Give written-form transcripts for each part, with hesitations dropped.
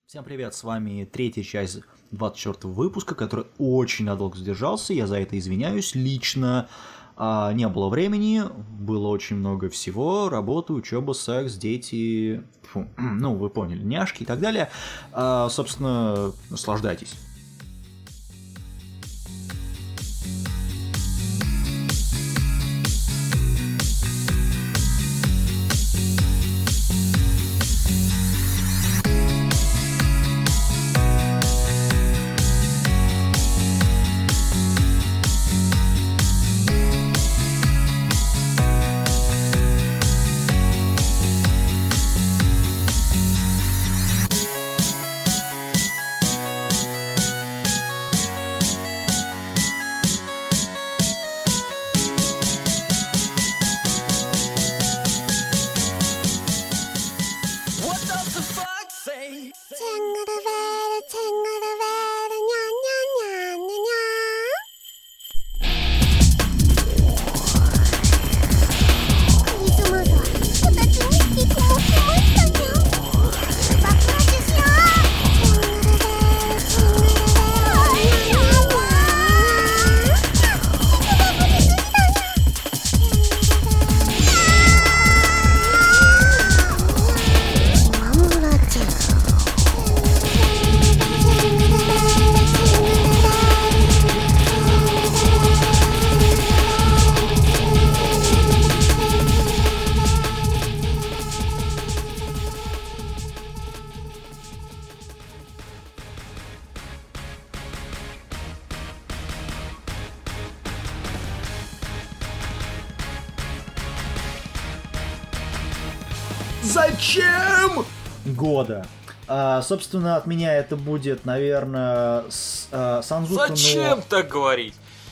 Всем привет, с вами третья часть 24-го выпуска, который очень надолго задержался, я за это извиняюсь лично. Не было времени, было очень много всего, работа, учеба, секс, дети, вы поняли, няшки и так далее. Собственно, наслаждайтесь. Зачем? Года. Собственно, от меня это будет, наверное, Санзука но... Зачем так говорить?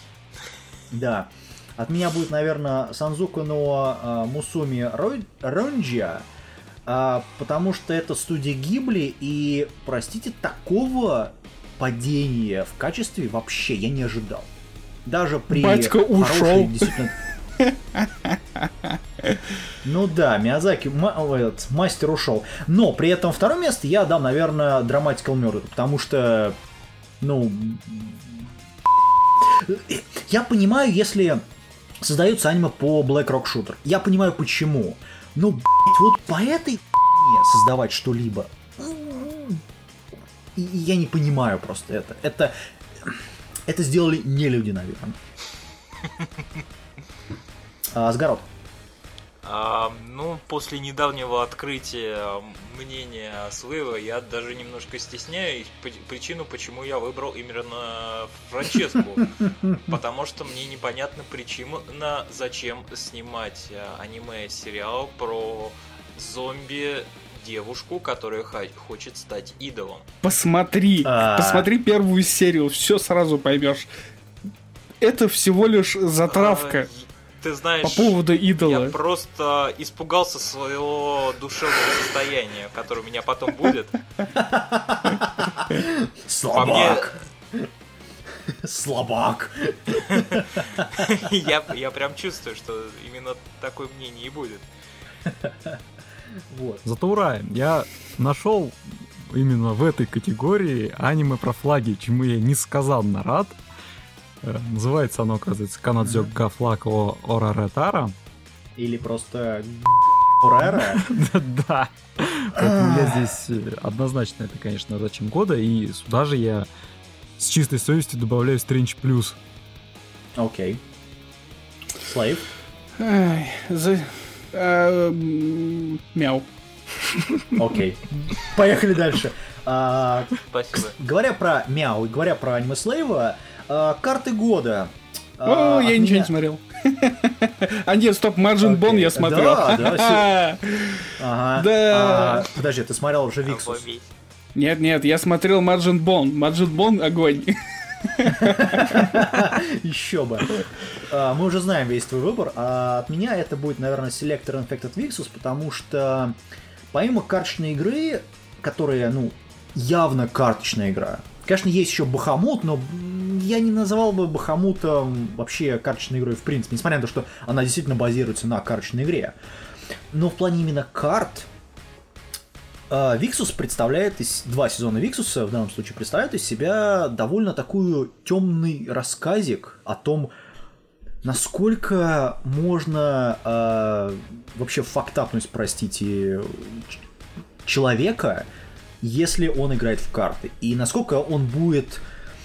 Да. От меня будет, наверное, Санзука но Мусуми Ронджия, потому что это студия Гибли, и, простите, такого падения в качестве вообще я не ожидал. Даже при Батька ушел. Действительно... Ну да, Миядзаки, мастер ушел. Но при этом второе место я дам, наверное, Dramatical Murder, потому что, я понимаю, если создаются аниме по Black Rock Shooter. Я понимаю, почему. Но, вот по этой создавать что-либо, я не понимаю просто это. Это сделали не люди, наверное. Асгарот. После недавнего открытия мнения Слэйва я даже немножко стесняюсь причину, почему я выбрал именно Франческу. Потому что мне непонятна причина, зачем снимать аниме-сериал про зомби-девушку, которая хочет стать идолом. Посмотри первую серию, все сразу поймешь. Это всего лишь затравка. Ты знаешь, по поводу идола. Я просто испугался своего душевного состояния, которое у меня потом будет. Слабак. Слабак. Я прям чувствую, что именно такое мнение и будет. Вот. Зато ура, я нашел именно в этой категории аниме про флаги, чему я несказанно рад. Называется оно, оказывается, Канадзё га флаг о Ораретара. Или просто Орера. Да. Поэтому я здесь однозначно, это, конечно, зачем года. И сюда же я с чистой совестью добавляю Strange Plus. Окей. Слейв. Мяу. Окей. Поехали дальше. Спасибо. Говоря про Мяу и говоря про аниме Слейва, карты года. Я ничего не смотрел. Нет, стоп, Margin Bone я смотрел. Да. Подожди, ты смотрел уже Виксус? Нет, я смотрел Margin Bone. Margin Bone огонь. Еще бы. Мы уже знаем весь твой выбор. А от меня это будет, наверное, Selector Infected Vixus, потому что помимо карточной игры, которая, явно карточная игра. Конечно, есть еще Бахамут, но я не называл бы Бахамутом вообще карточной игрой в принципе, несмотря на то, что она действительно базируется на карточной игре. Но в плане именно карт Виксус представляет два сезона Виксуса в данном случае представляют из себя довольно такую темный рассказик о том, насколько можно вообще фактапнуть, простите, человека, если он играет в карты, и насколько он будет,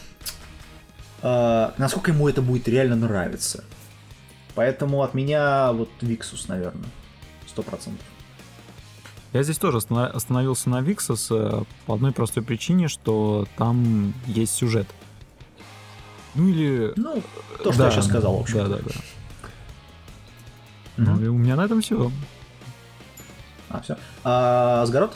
насколько ему это будет реально нравиться. Поэтому от меня вот Виксус, наверное, 100%. Я здесь тоже остановился на Виксус по одной простой причине, что там есть сюжет. Ну или... Ну, то, что я сейчас сказал, в общем. Да. Ну и у меня на этом все. Все. Сгород?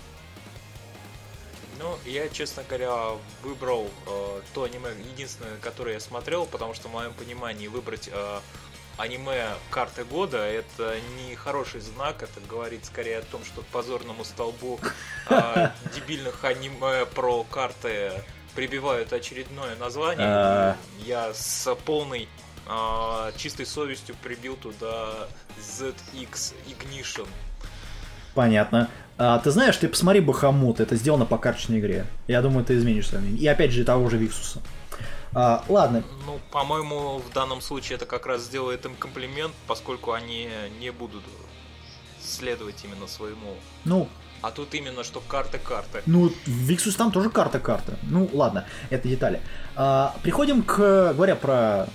Ну, я, честно говоря, выбрал то аниме, единственное, которое я смотрел, потому что в моем понимании выбрать аниме карты года — это не хороший знак, это говорит скорее о том, что к позорному столбу дебильных аниме про карты прибивают очередное название. Я с полной чистой совестью прибил туда ZX Ignition. Понятно. Ты знаешь, ты посмотри Бахамут, это сделано по карточной игре. Я думаю, ты изменишь свое мнение. И опять же, того же Виксуса. Ладно. Ну, по-моему, в данном случае это как раз сделает им комплимент, поскольку они не будут следовать именно своему. Ну. А тут именно, что карты-карты. Ну, Виксус там тоже карта-карта. Ну, ладно, это детали. Приходим к... Говоря про...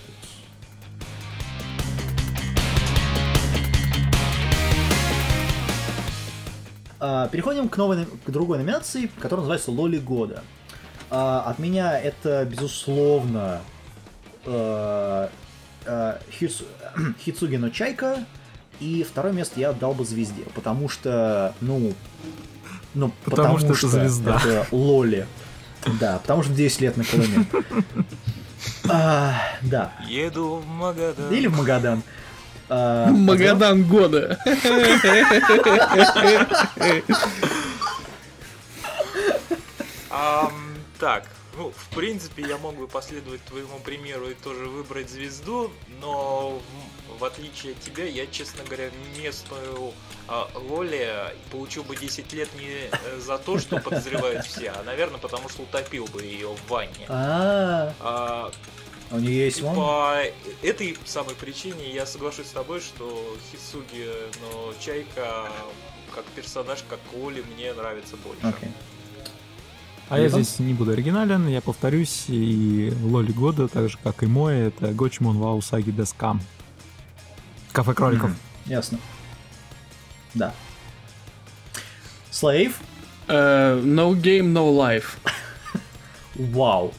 Переходим к другой номинации, которая называется «Лоли года». От меня это, безусловно, Хицуги но Чайка, и второе место я отдал бы «Звезде», потому что, потому что это звезда. Это Лоли. Да, потому что 10 лет на Колыме. Да. Еду в Магадан. Или в Магадан. Магадан года. Так, ну, в принципе, я мог бы последовать твоему примеру и тоже выбрать «Звезду», но в отличие от тебя, я, честно говоря, местную Лоли получил бы 10 лет не за то, что подозревают все, а, наверное, потому что утопил бы ее в ванне. У нее есть ванна? По этой самой причине я соглашусь с тобой, что Хицуги но Чайка как персонаж, как Лоли, мне нравится больше. Okay. А я здесь не буду оригинален, я повторюсь, и Лоли года, так же как и мой, это Гочимон ва Усаги Дескам. Кафе кроликов. Ясно. Да. Slave? No game, no life. Вау.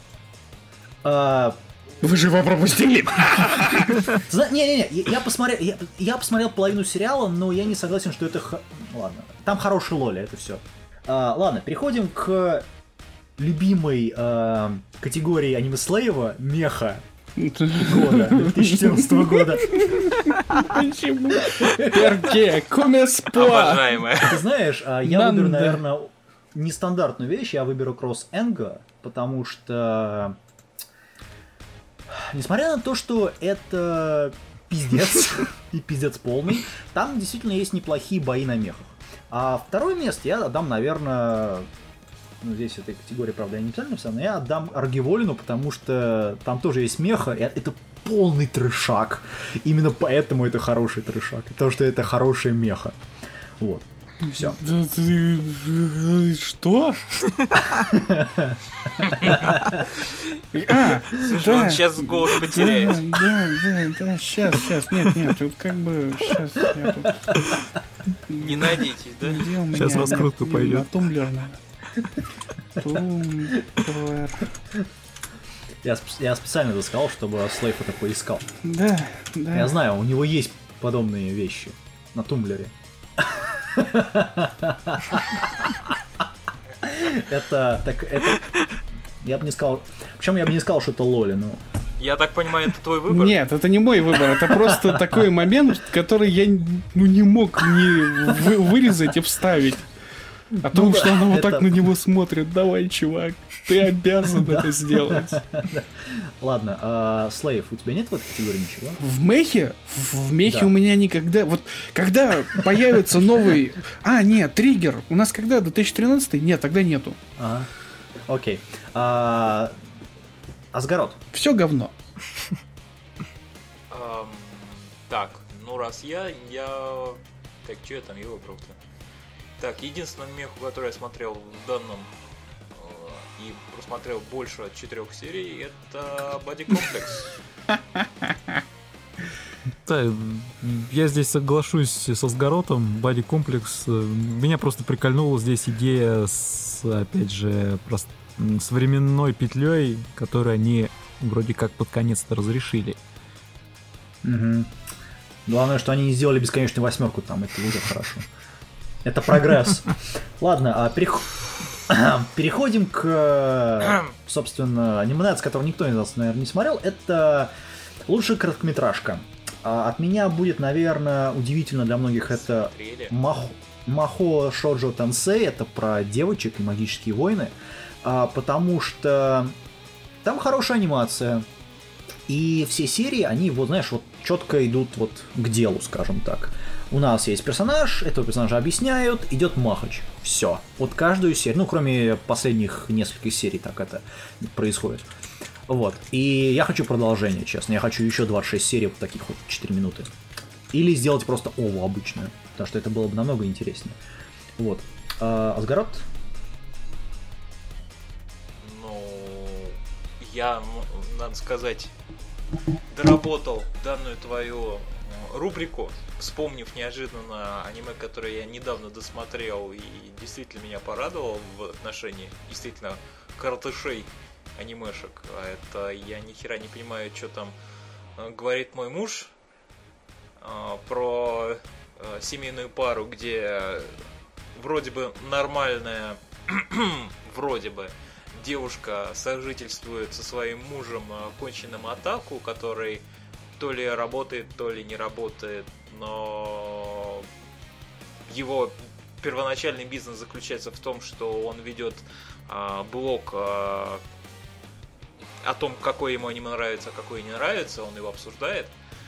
Вы же его пропустили. Не-не-не, я посмотрел половину сериала, но я не согласен, что это... Ладно, там хороший Лоли, это все. Ладно, переходим к любимой категории аниме-слейва меха года, 2014 года. Почему? Перке, комеспо. Обожаемая. Ты знаешь, я выберу, наверное, нестандартную вещь, я выберу Cross Enga, потому что, несмотря на то, что это пиздец, и пиздец полный, там действительно есть неплохие бои на мехах. А второе место я отдам, наверное, ну здесь в этой категории, правда, я не специально написал, но я отдам Аргиволину, потому что там тоже есть меха, и это полный трешак. Именно поэтому это хороший трешак, потому что это хорошая меха. Вот. Все. Что? Слушай, он сейчас голос потеряет. Да, сейчас, нет, тут как бы, сейчас я тут... Не надейтесь, да? Сейчас раскрутка пойдет. Тумблер, Тумблер. Я специально это сказал, чтобы Слейв это поискал. Да. Я знаю, у него есть подобные вещи на тумблере. Это... Я бы не сказал... Причем я бы не сказал, что это Лоли, но... Я так понимаю, это твой выбор? Нет, это не мой выбор, это просто такой момент, который я не мог не вырезать и вставить. О том, что она вот это- так на него смотрит. Давай, чувак, ты обязан это сделать. Ладно, Слейв, у тебя нет в этой категории ничего? В мехе? В мехе Да. у меня никогда... Вот когда появится новый... нет, триггер. У нас когда? 2013? Нет, тогда нету. Ага. Окей. Асгарот. Все говно. Так, ну раз я... Так, что я там его выбрал-то? Так, единственный мех, который я смотрел в данном и просмотрел больше 4 серий, это Body Complex. Да, я здесь соглашусь со Сгаротом. Body Complex. Меня просто прикольнула здесь идея с, опять же, с временной петлей, которую они вроде как под конец-то разрешили. Мгм. Главное, что они не сделали бесконечную восьмерку там, это уже хорошо. Это прогресс. Ладно, переходим к, собственно, анимации, которую никто из нас, наверное, не смотрел. Это лучшая короткометражка. От меня будет, наверное, удивительно для многих, это Смотрели. Махо Шоджо Тансей, это про девочек и магические войны, потому что там хорошая анимация, и все серии, они, вот знаешь, вот четко идут вот к делу, скажем так. У нас есть персонаж, этого персонажа объясняют, идет махач. Все. Вот каждую серию, ну, кроме последних нескольких серий, так это происходит. Вот. И я хочу продолжение, честно. Я хочу еще 26 серий вот таких вот 4 минуты. Или сделать просто ову обычную, потому что это было бы намного интереснее. Вот. Асгарот? Ну, я, надо сказать, доработал данную твою рубрику, вспомнив неожиданно аниме, которое я недавно досмотрел и действительно меня порадовал в отношении действительно коротышей анимешек. А это я ни хера не понимаю, что там говорит мой муж про семейную пару, где вроде бы нормальная вроде бы девушка сожительствует со своим мужем, конченным атаку, который то ли работает, то ли не работает, но его первоначальный бизнес заключается в том, что он ведет блог о том, какое ему аниме нравится, а какое не нравится, он его обсуждает.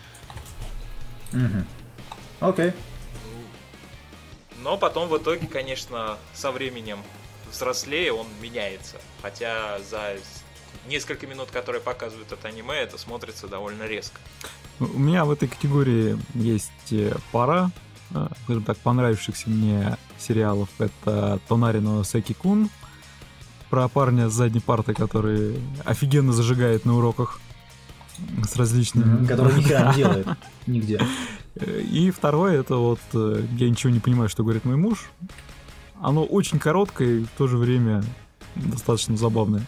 Угу. Окей. Но потом в итоге, конечно, со временем взрослее он меняется. Хотя за несколько минут, которые показывают это аниме, это смотрится довольно резко. У меня в этой категории есть пара, скажем так, понравившихся мне сериалов. Это Тонарино Секи-кун, про парня с задней парты, который офигенно зажигает на уроках с различными... Который ни хера не делает нигде. И второе, это вот я ничего не понимаю, что говорит мой муж. Оно очень короткое и в то же время достаточно забавное.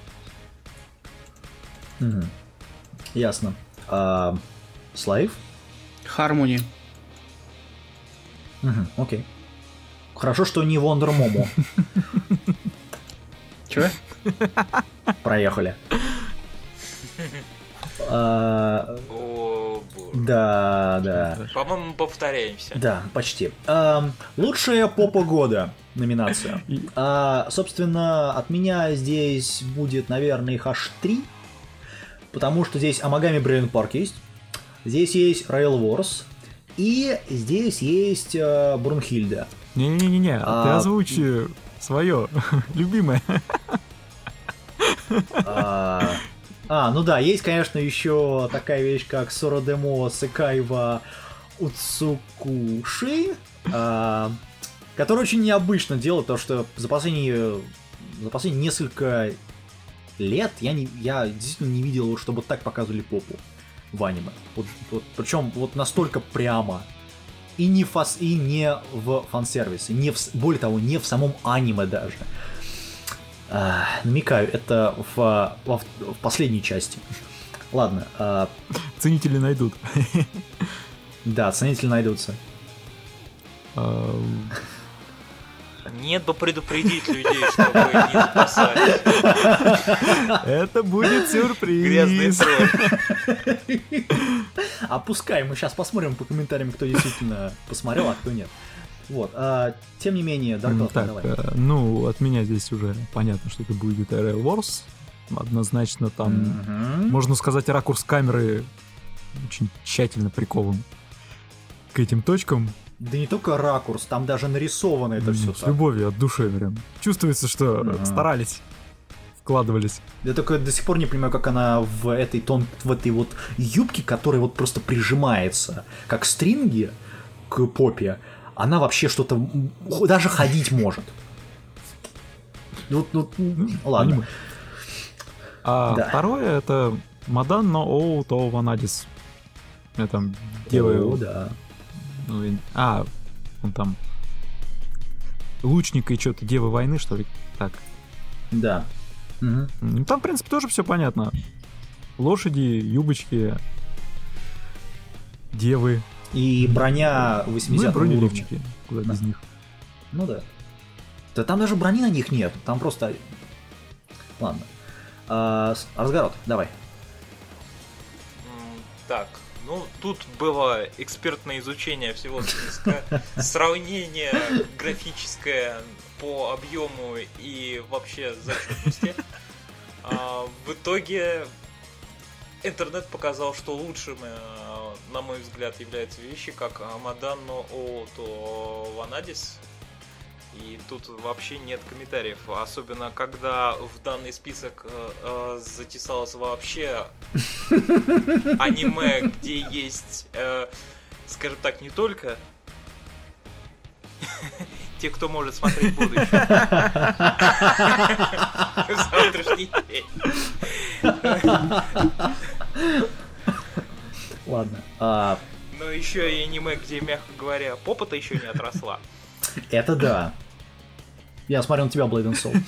Угу. Ясно. Слайв? Хармони. Угу, окей. Хорошо, что не Вондер Момо. Чё? Проехали. О, боже. Да. По-моему, мы повторяемся. Да, почти. Лучшая попа года номинация. Собственно, от меня здесь будет, наверное, их аж 3. Потому что здесь Амагами Брэйн Парк есть. Здесь есть Rail Wars. И здесь есть Брунхильда. Не-не-не, ты озвучи свое любимое. Ну да, есть, конечно, еще такая вещь, как Сородемо Секайва Уцукуши, который очень необычно делает, потому что за последние несколько лет я действительно не видел, чтобы так показывали попу в аниме. Причем вот настолько прямо. И не в фан-сервисе, более того, не в самом аниме даже. Намекаю, это в последней части. Ладно. Ценители найдут. Да, ценители найдутся. Нет бы предупредить людей, чтобы не запасали. Это будет Грязный сюрприз. тролль. А пускай, мы сейчас посмотрим по комментариям, кто действительно посмотрел, а кто нет. Вот. Тем не менее, Dark Так, давай. ну, от меня здесь уже понятно, что это будет Aerial Wars. Однозначно там, можно сказать, ракурс камеры очень тщательно прикован к этим точкам. Да не только ракурс, там даже нарисовано это все С так. любовью от души прям. Чувствуется, что старались, вкладывались. Я только до сих пор не понимаю, как она в этой вот юбке, которая вот просто прижимается, как стринги к попе, она вообще что-то даже ходить может. Ладно. Аниме. А Да. второе это Мадан но Оу То Ванадис. Я там делаю... Да. Он там лучника и что-то Девы войны, что ли? Так. Да. Угу. Там, в принципе, тоже все понятно. Лошади, юбочки, девы. И броня 80-го Ну и уровня. бронеливчики. Куда Да. без них. Ну да. Да там даже брони на них нет. Там просто... Ладно. Асгарот, давай. Так, ну тут было экспертное изучение всего списка, сравнение графическое по объему и вообще зачетности. В итоге интернет показал, что лучшим, на мой взгляд, являются вещи, как Мадан но Оу Ванадис. И тут вообще нет комментариев, особенно когда в данный список затесалось вообще аниме, где есть, скажем так, не только те, кто может смотреть будущее в завтрашний день. Ладно. Но еще и аниме, где, мягко говоря, попа-то еще не отросла. Это да. Я смотрю на тебя, Blade and Soul.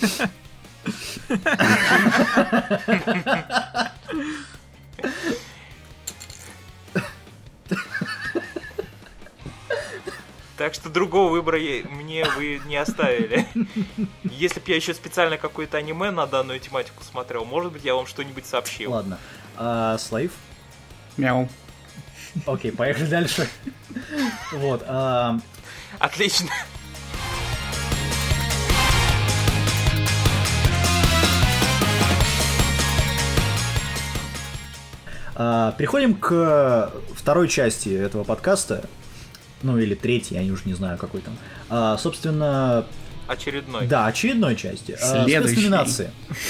Так что другого выбора мне вы не оставили. Если бы я еще специально какое-то аниме на данную тематику смотрел, может быть, я вам что-нибудь сообщил. Ладно. Слайв? Мяу. Окей, поехали дальше. Вот. Отлично. Переходим к второй части этого подкаста. Ну, или третьей, я уже не знаю, какой там. Собственно... Очередной. Да, очередной части. Следующий. Спецноминации.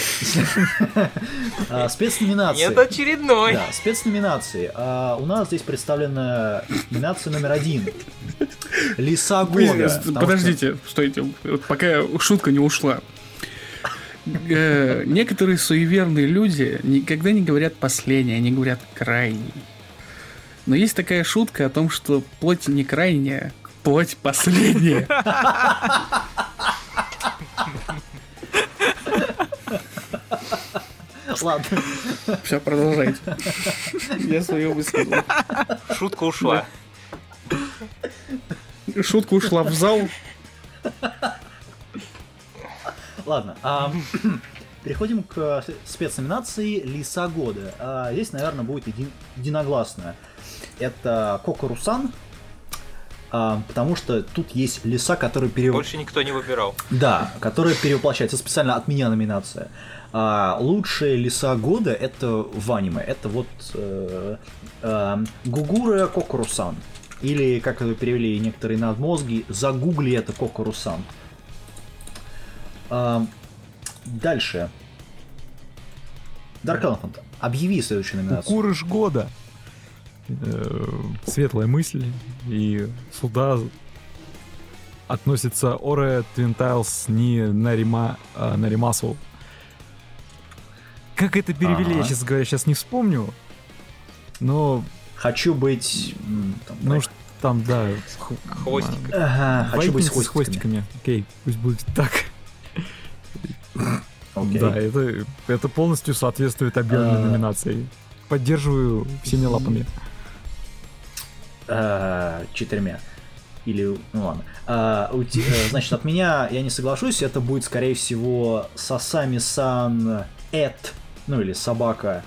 Спецноминации. Нет, очередной. Да, спецноминации. У нас здесь представлена номинация номер 1. Лиса года. Подождите, стойте, вот пока шутка не ушла. Некоторые суеверные люди никогда не говорят последний, они говорят крайний. Но есть такая шутка о том, что плоть не крайняя, плоть последняя. Ладно. Все, продолжайте. Я свое высказал. Шутка ушла. Шутка ушла в зал. Ладно. Переходим к спецноминации Лиса года. Здесь, наверное, будет единогласная. Это Кокорусан, потому что тут есть лиса, которая Больше никто не выбирал. Да, которая перевоплощается. Специально от меня номинация. Лучшая лиса года это в аниме. Это вот Гугура Кокорусан. Или, как это перевели некоторые надмозги, загугли это Кокорусан. Дальше. Dark Elephant, объяви следующую номинацию. Кукурыш года. Светлая мысль. И сюда относится Оре Твинтайлс ни Наримасу. Как это перевели, я, честно говоря, сейчас не вспомню. Но... Хочу быть... Ну, там, да. Хвостик. Ага, хочу быть с хвостиками. Окей, пусть будет так. Окей. Да, это полностью соответствует объемной номинации. Поддерживаю всеми лапами. 4. Или, ну ладно. Значит, от меня я не соглашусь, это будет, скорее всего, Сасами-сан Эд, ну или собака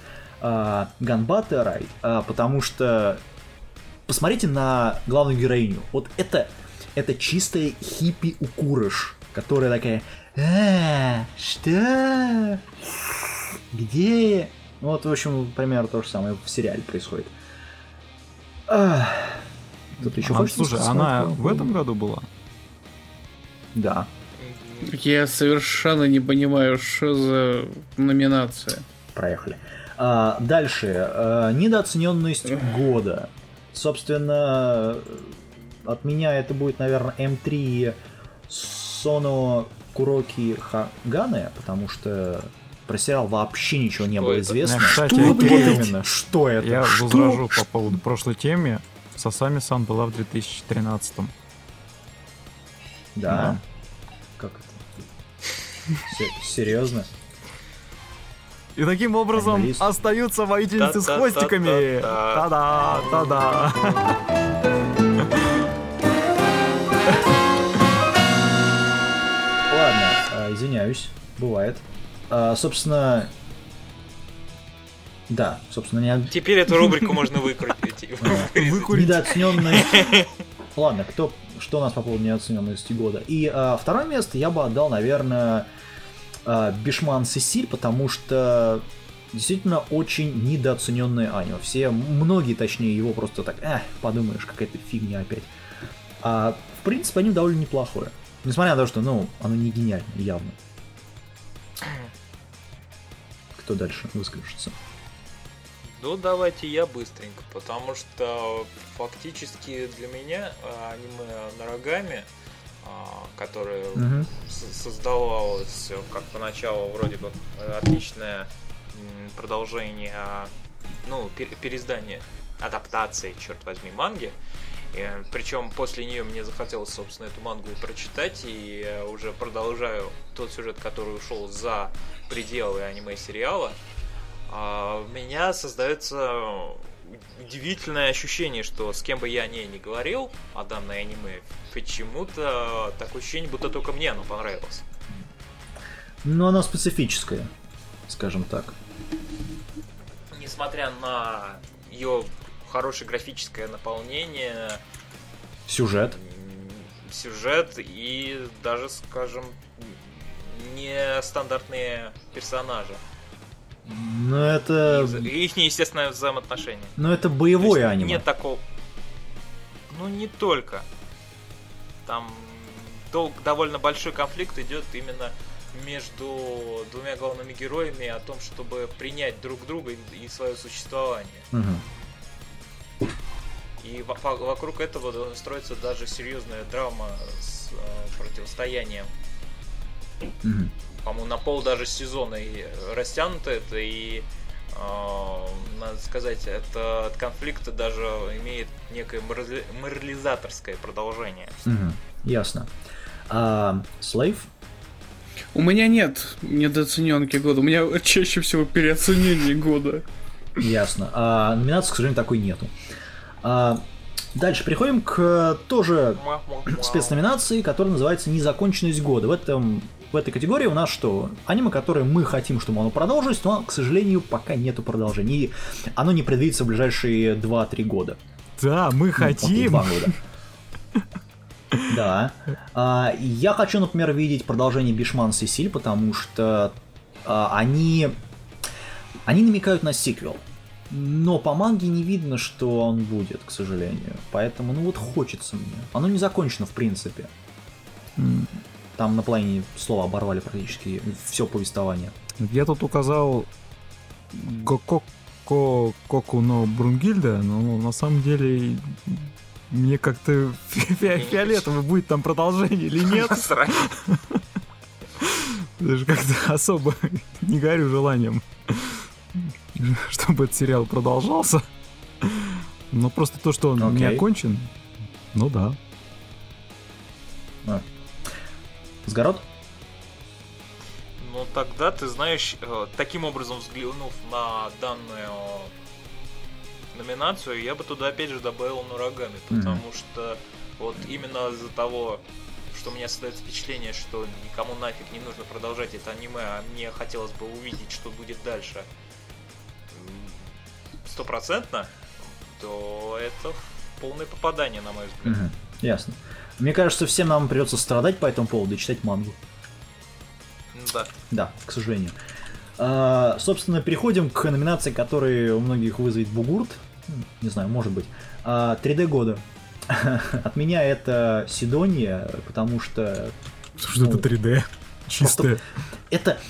Ганбаттерай, потому что посмотрите на главную героиню. Вот это это чистая хиппи-укурыш, которая такая: что? Где? Вот, в общем, примерно то же самое в сериале происходит. Тут еще хочется слушай, сказать, она в этом году была? Да. Я совершенно не понимаю, что за номинация. Проехали. Дальше. Недооцененность года. Собственно, от меня это будет, наверное, М3 Соно Куроки Хагане, потому что про сериал вообще ничего не было известно. Кстати, Что, блядь? именно? Что это? Я Что? возражу по поводу прошлой темы. Сасами-сан была в 2013-м. Да. Как это? Серьезно? И таким образом Анималист. остаются воительницы с хвостиками. Та-да, та-да. Ладно, извиняюсь, бывает. Собственно, да, собственно, Теперь эту рубрику можно выкрутить. недооцененность. Ладно, что у нас по поводу недооцененности года? И второе место я бы отдал, наверное, Бишман Сесиль, потому что действительно очень недооцененное аниме. Многие, точнее, его просто так, подумаешь, какая-то фигня опять. А в принципе, аниме довольно неплохое. Несмотря на то, что, оно не гениально, явно. Кто дальше выскажется? Ну, давайте я быстренько, потому что фактически для меня аниме Нарагами, которое создавалось как поначалу вроде бы отличное продолжение, переиздание, адаптации, черт возьми, манги. Причем после нее мне захотелось, собственно, эту мангу прочитать, и я уже продолжаю тот сюжет, который ушел за пределы аниме-сериала. У меня создается удивительное ощущение, что с кем бы я ни говорил о данной аниме, почему-то такое ощущение, будто только мне оно понравилось. Оно специфическое, скажем так. Несмотря на ее хорошее графическое наполнение, Сюжет и даже, скажем, нестандартные персонажи. Это... И их неестественное взаимоотношение. Это боевое аниме. Нет такого... не только. Там довольно большой конфликт идет именно между двумя главными героями о том, чтобы принять друг друга и свое существование. И вокруг этого строится даже серьезная драма с противостоянием. По-моему, на пол даже сезона и растянуто это, и надо сказать, этот конфликт даже имеет некое морализаторское продолжение. Ясно. Слейв? У меня нет недооцененки года, у меня чаще всего переоценение года. Ясно. Номинации, к сожалению, такой нету. Дальше переходим к тоже спецноминации, которая называется «Незаконченность года». В этой категории у нас что? Аниме, которое мы хотим, чтобы оно продолжилось, но, к сожалению, пока нету продолжения. И оно не предвидится в ближайшие 2-3 года. Да, мы хотим. 2 года. Да. Я хочу, например, видеть продолжение Бишман Сесиль, потому что они намекают на сиквел. Но по манге не видно, что он будет, к сожалению. Поэтому, хочется мне. Оно не закончено, в принципе. Там на половине слова оборвали практически все повествование. Я тут указал Коку но Брунгильда, но на самом деле мне как-то фиолетово, будет там продолжение или нет. Даже как-то особо не горю желанием, чтобы этот сериал продолжался. Но просто то, что он не окончен, да. Сгород? Тогда, ты знаешь, таким образом взглянув на данную номинацию, я бы туда опять же добавил Нарагами, потому что именно из-за того, что у меня создается впечатление, что никому нафиг не нужно продолжать это аниме, а мне хотелось бы увидеть, что будет дальше 100%, то это полное попадание, на мой взгляд. Ясно. Мне кажется, всем нам придется страдать по этому поводу и читать мангу. Да. Да, к сожалению. Собственно, переходим к номинации, которая у многих вызовет бугурт. Не знаю, может быть. 3D года. От меня это Сидония, потому что... Что это 3D? Чистое. Это...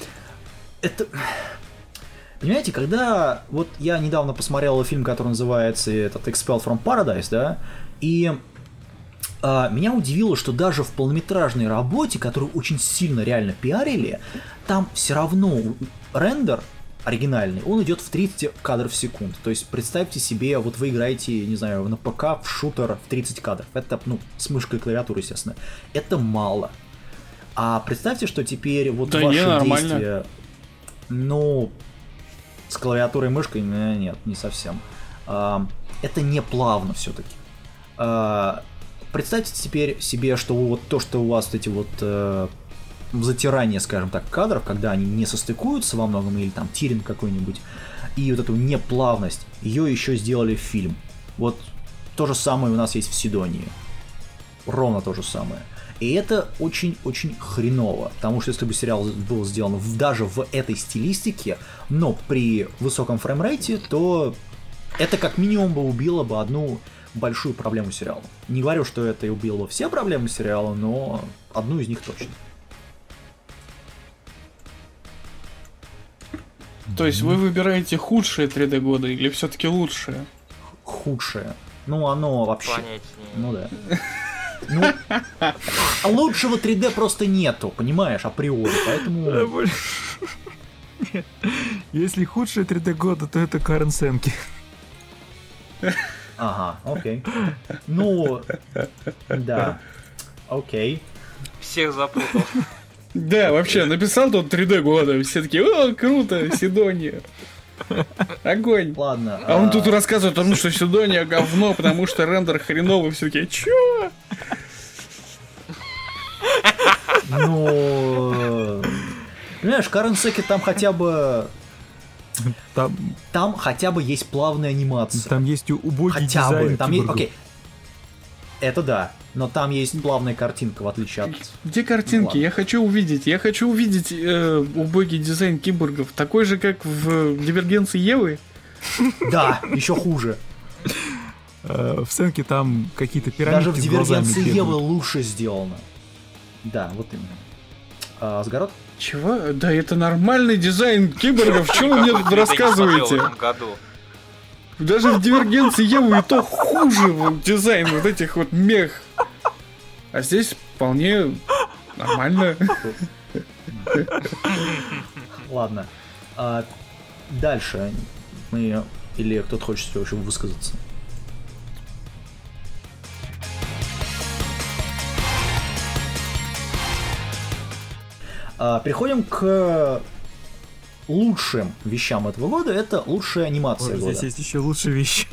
Понимаете, когда... Вот я недавно посмотрел фильм, который называется этот Expelled from Paradise, да, и меня удивило, что даже в полнометражной работе, которую очень сильно реально пиарили, там все равно рендер оригинальный, он идет в 30 кадров в секунду. То есть представьте себе, вот вы играете, не знаю, на ПК в шутер в 30 кадров. Это, ну, с мышкой и клавиатурой, естественно. Это мало. А представьте, что теперь вот да ваши не, действия... Ну, с клавиатурой и мышкой нет, не совсем. Это не плавно все-таки. Представьте теперь себе, что вот то, что у вас вот эти вот затирания, скажем так, кадров, когда они не состыкуются во многом, или там тиринг какой-нибудь, и вот эту неплавность, ее еще сделали в фильм. Вот то же самое у нас есть в Сидонии. Ровно то же самое. И это очень-очень хреново, потому что если бы сериал был сделан даже в этой стилистике, но при высоком фреймрейте, то это как минимум бы убило бы одну большую проблему сериала. Не говорю, что это и убило бы все проблемы сериала, но одну из них точно. То есть вы выбираете худшие 3D года или все-таки лучшие? Худшее. Ну, оно вообще... Понять не... Ну да. Ну, лучшего 3D просто нету, понимаешь, априори, поэтому... Нет. Если худшие 3D года, то это Карен Сенки. Ага, окей. Ну, да. Окей. Всех запутал. Да, вообще, написал тут 3D года, все такие, о, круто, Сидония. Огонь. Ладно. А он тут рассказывает о том, что Сидония говно, потому что рендер хреновый, все такие, чё? Ну, понимаешь, Карен Секи там хотя бы... Там хотя бы есть плавная анимация. Там есть убогий хотя дизайн бы. Там есть... киборгов. Окей. Это да. Но там есть плавная картинка, в отличие от... Где картинки? Ну, Я хочу увидеть убогий дизайн киборгов, такой же, как в Дивергенции Евы. Да, еще хуже. В Сенке там какие-то пирамидки Даже в с глазами Дивергенции бегают. Евы лучше сделано. Да, вот именно. Асгарот? Чего? Да это нормальный дизайн киборгов, что вы мне тут рассказываете? В этом году. Даже в Дивергенции Евы и то хуже вот дизайн вот этих вот мех. А здесь вполне нормально. Ладно. Дальше мы... Или кто-то хочет еще высказаться? Переходим к лучшим вещам этого года. Это лучшая анимация Ой, года. здесь есть еще лучшие вещи.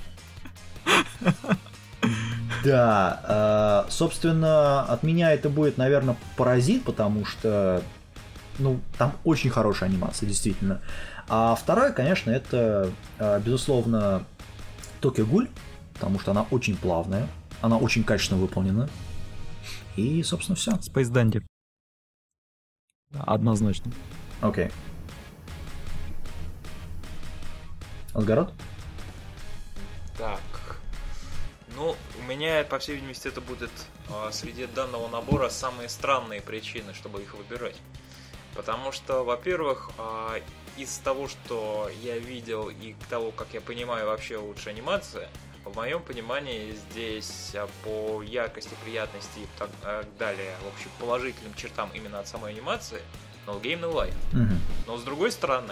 Да, собственно, от меня это будет, наверное, Паразит, потому что, ну, там очень хорошая анимация, действительно. А вторая, конечно, это, безусловно, Токио Гуль, потому что она очень плавная, она очень качественно выполнена. И, собственно, все. Space Dandy. Однозначно. Окей. Асгарот? Так. Ну, у меня, по всей видимости, это будет среди данного набора самые странные причины, чтобы их выбирать. Потому что, во-первых, из того, что я видел и того, как я понимаю вообще лучшая анимация, в моем понимании здесь по яркости, приятности и так далее, в общем, положительным чертам именно от самой анимации, No Game No Life. Угу. Но с другой стороны,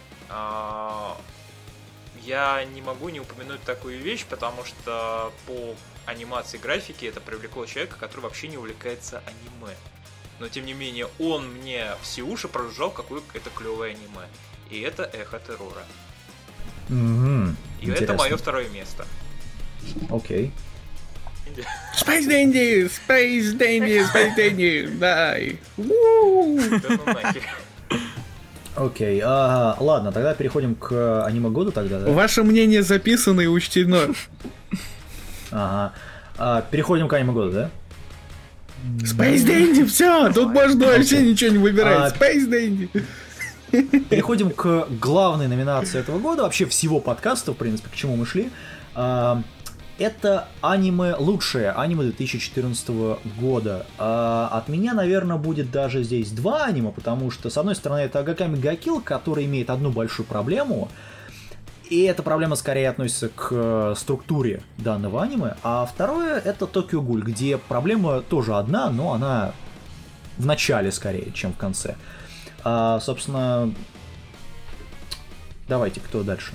я не могу не упомянуть такую вещь, потому что по анимации графики это привлекло человека, который вообще не увлекается аниме. Но тем не менее, он мне все уши прожужжал, какое это клевое аниме. И это Эхо Террора. Угу. И это мое второе место. Окей. Space Dandy, Space Dandy, Space Dandy, дай. Да ну нахер. Окей, ладно, тогда переходим к аниме года тогда, да? Ваше мнение записано и учтено. Ага. Переходим к аниме года, да? Space Dandy, все, тут можно вообще ничего не выбирать. Space Dandy. Переходим к главной номинации этого года, вообще всего подкаста, в принципе, к чему мы шли. Это аниме, лучшее аниме 2014 года. От меня, наверное, будет даже здесь два аниме, потому что, с одной стороны, это Агаками га Kill, который имеет одну большую проблему, и эта проблема скорее относится к структуре данного аниме, а второе это Tokyo Ghoul, где проблема тоже одна, но она в начале скорее, чем в конце. Собственно, давайте, кто дальше?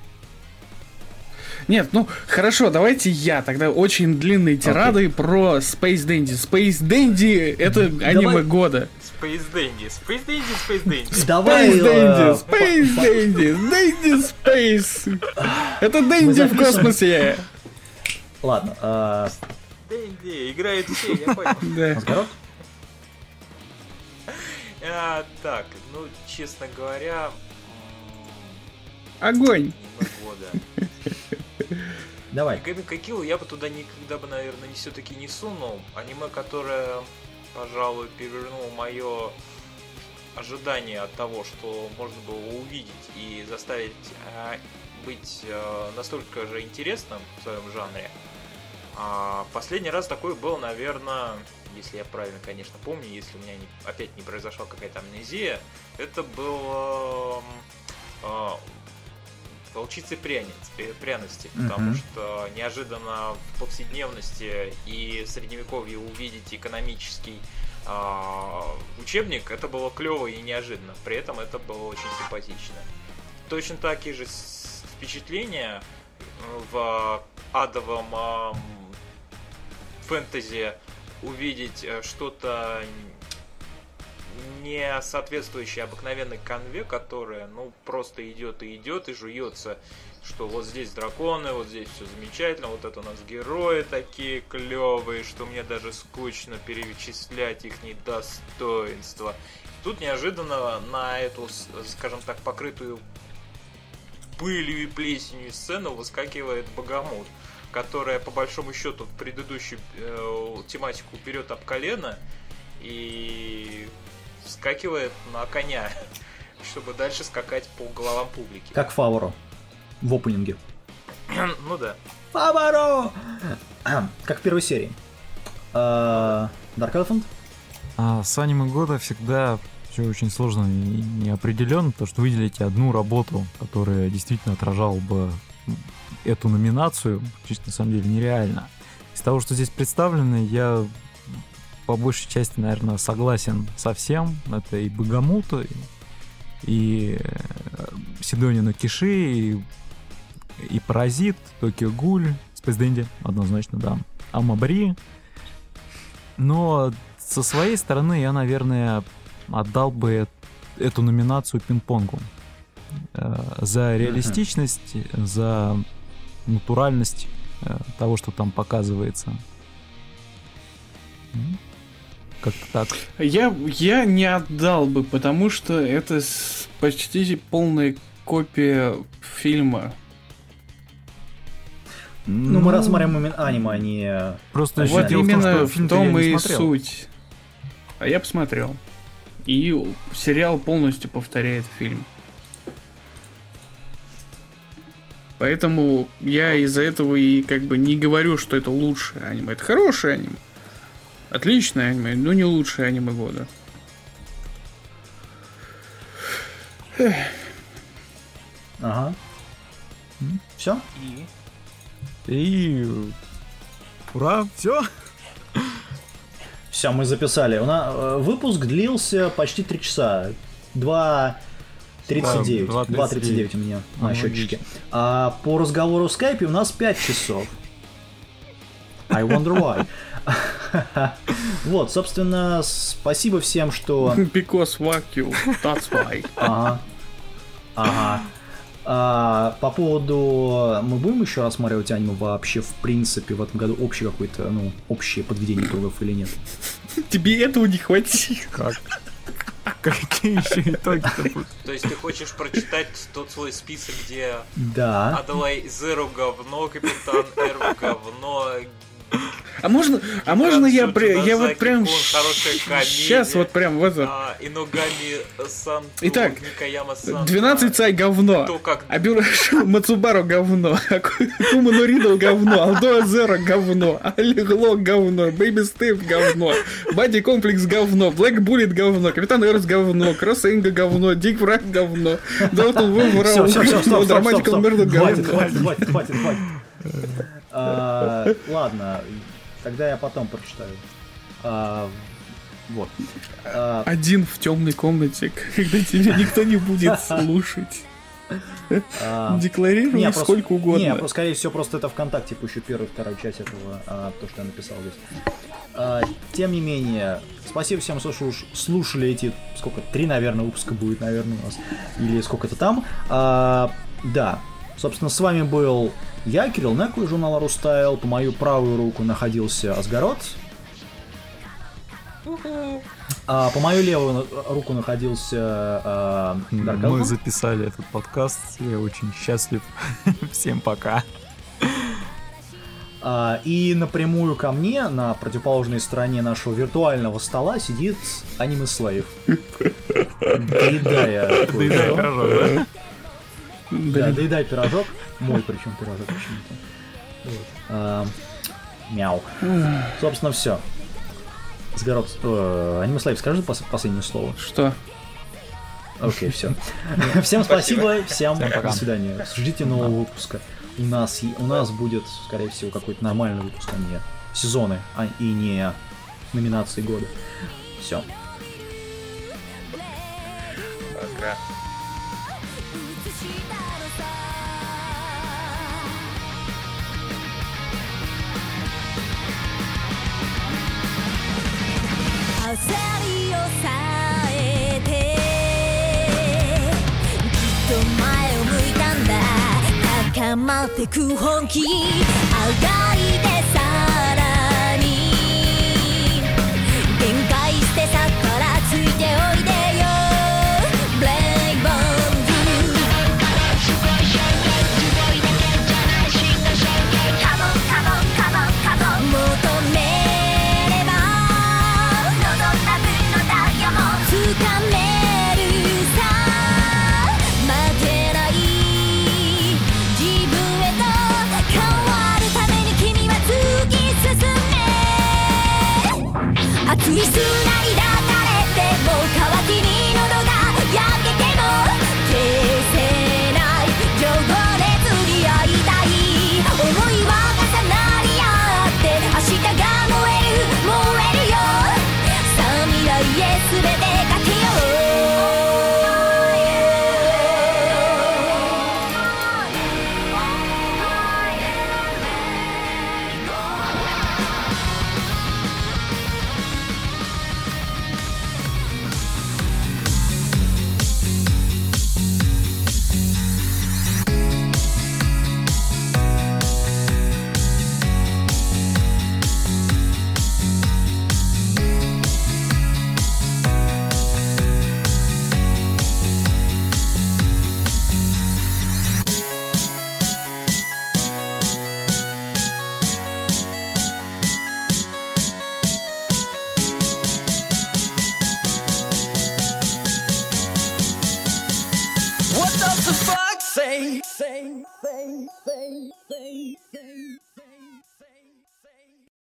Нет, ну хорошо, давайте я тогда очень длинные тирады про Space Dandy. Space Dandy это аниме года. Space Dandy, Space Dandy, Space Dandy. Давай, Space Dandy, Dandy Space. Это Dandy в космосе. Ладно. Dandy, играет все, я понял. Да. Так, ну, честно говоря... Огонь. Года. Давай. Агаками га Kill я бы туда никогда бы, наверное, все-таки не сунул. Аниме, которое, пожалуй, перевернуло мое ожидание от того, что можно было увидеть и заставить быть настолько же интересным в своем жанре. Последний раз такой был, наверное, если я правильно, конечно, помню, если у меня опять не произошла какая-то амнезия, это был волчицы пряности, потому что неожиданно в повседневности и средневековье увидеть экономический учебник, это было клево и неожиданно, при этом это было очень симпатично. Точно такие же впечатления в адовом фэнтези увидеть что-то не соответствующее обыкновенной канве, которая, ну, просто идет и жуется, что вот здесь драконы, вот здесь все замечательно, вот это у нас герои такие клевые, что мне даже скучно перечислять их недостоинства. Тут неожиданно на эту, скажем так, покрытую пылью и плесенью сцену выскакивает Богомут, которая по большому счету в предыдущую тематику берет об колено и вскакивает на коня, чтобы дальше скакать по головам публики. Как Фаворо в опенинге. Ну да. Фаворо! Как в первой серии. Dark Elephant? С аниме года всегда все очень сложно и неопределенно, потому что выделить одну работу, которая действительно отражала бы эту номинацию, чисто на самом деле нереально. Из того, что здесь представлено, я по большей части, наверное, согласен со всем. Это и Богомут, и Сидони но Киши, и Паразит, Tokyo Ghoul, Space Dandy, однозначно, да, Амабри. Но со своей стороны я, наверное, отдал бы эту номинацию пинг-понгу. За реалистичность, за натуральность того, что там показывается. Как-то так. Я не отдал бы, потому что это почти полная копия фильма. Ну, мы рассматриваем именно аниме, а не... Просто вот дело именно в том, что в том я не и смотрел. суть. А я посмотрел. И сериал полностью повторяет фильм. Поэтому я из-за этого и как бы не говорю, что это лучшее аниме. Это хорошее аниме. Отличное аниме, но не лучшее аниме года. Ага. Все? И... Ура, все. Все, мы записали. У нас выпуск длился почти 3 часа. 2:39. Да, 2:39 у меня на Аналогично. счетчике. А по разговору в скайпе у нас 5 часов. I wonder why. Вот, собственно, спасибо всем, что... Because fuck you, that's why. Ага. По поводу... Мы будем еще рассматривать аниме вообще, в принципе, в этом году общее какое-то, ну, общее подведение итогов или нет? Тебе этого не хватило. Как? Какие еще итоги-то будут? То есть ты хочешь прочитать тот свой список, где Да. Адалай Зеру говно, Капитан Эру говно, А можно я вот прям хорошая сейчас вот прям вот. Иногами-сан, Итак, Никаяма-сан. 12 цай говно. То как... Мацубару говно. Кума Норидл говно. Алдоа Зеро говно. Алигло говно. Бэйби Стейв говно. Бади Комплекс говно. Блэк Буллет говно. Капитан Эрс говно. Кросс Энга говно. Дик Фраг говно. Далтон Вулварау говно. Драматикал Мердо говно. Хватит. Ладно, тогда я потом прочитаю. Вот. Один в темной комнате, когда тебя никто не будет слушать. Декларируй сколько угодно. Не, скорее всего, просто это ВКонтакте пущу первую, вторую часть этого, то, что я написал здесь. Тем не менее, спасибо всем, что слушали эти, 3, наверное, выпуска будет, наверное, у нас, или сколько-то там. Да, собственно, с вами был я, Кирилл Неку из журнала Рустайл. По мою правую руку находился Асгарот. По мою левую руку находился Даркалфон. Мы записали этот подкаст, я очень счастлив. Всем пока. И напрямую ко мне, на противоположной стороне нашего виртуального стола, сидит Аниме Слейв. Доедая пирожок, да? Да, доедай пирожок. Мой причем пирожок почему-то. Мяу. Собственно, все. Сгород. Аниме Слейв, скажи последнее слово. Что? Окей, все. Всем спасибо, всем до свидания. Ждите нового выпуска. У нас будет, скорее всего, какой-то нормальный выпуск, а не сезоны, и не номинации года. Все. Пока. 高まってく本気あがいてさらに限界捨てさからついておいでよブレイボンズカモンカモンカモンカモン求めれば望んだ分のダイヤモンド掴めるさ負けない熱い砂に抱かれても乾きに喉が焼けても消せない情熱に会いたい思いは重なり合って明日が燃えるよさあ未来へ全てかけようWhat does the fuck say?